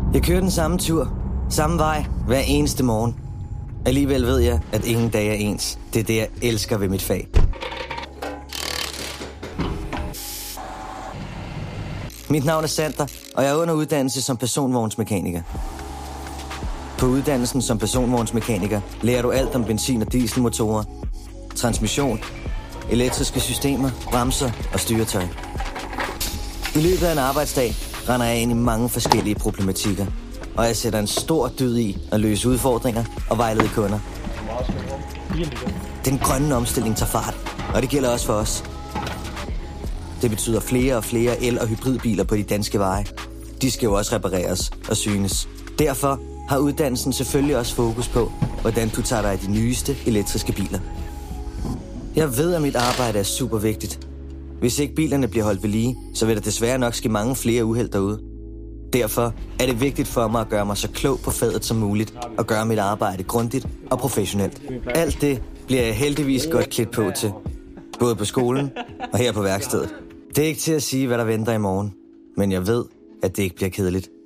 Jeg kører den samme tur, samme vej, hver eneste morgen. Alligevel ved jeg, at ingen dag er ens. Det er det, jeg elsker ved mit fag. Mit navn er Sander, og jeg er under uddannelse som personvognsmekaniker. På uddannelsen som personvognsmekaniker lærer du alt om benzin- og dieselmotorer, transmission, elektriske systemer, bremser og styretøj. I løbet af en arbejdsdag render jeg ind i mange forskellige problematikker, og jeg sætter en stor dyd i at løse udfordringer og vejlede kunder. Den grønne omstilling tager fart, og det gælder også for os. Det betyder flere og flere el- og hybridbiler på de danske veje. De skal jo også repareres og synes. Derfor har uddannelsen selvfølgelig også fokus på, hvordan du tager dig af de nyeste elektriske biler. Jeg ved, at mit arbejde er super vigtigt. Hvis ikke bilerne bliver holdt ved lige, så vil der desværre nok ske mange flere uheld derude. Derfor er det vigtigt for mig at gøre mig så klog på faget som muligt, og gøre mit arbejde grundigt og professionelt. Alt det bliver jeg heldigvis godt klædt på til. Både på skolen og her på værkstedet. Det er ikke til at sige, hvad der venter i morgen, men jeg ved, at det ikke bliver kedeligt.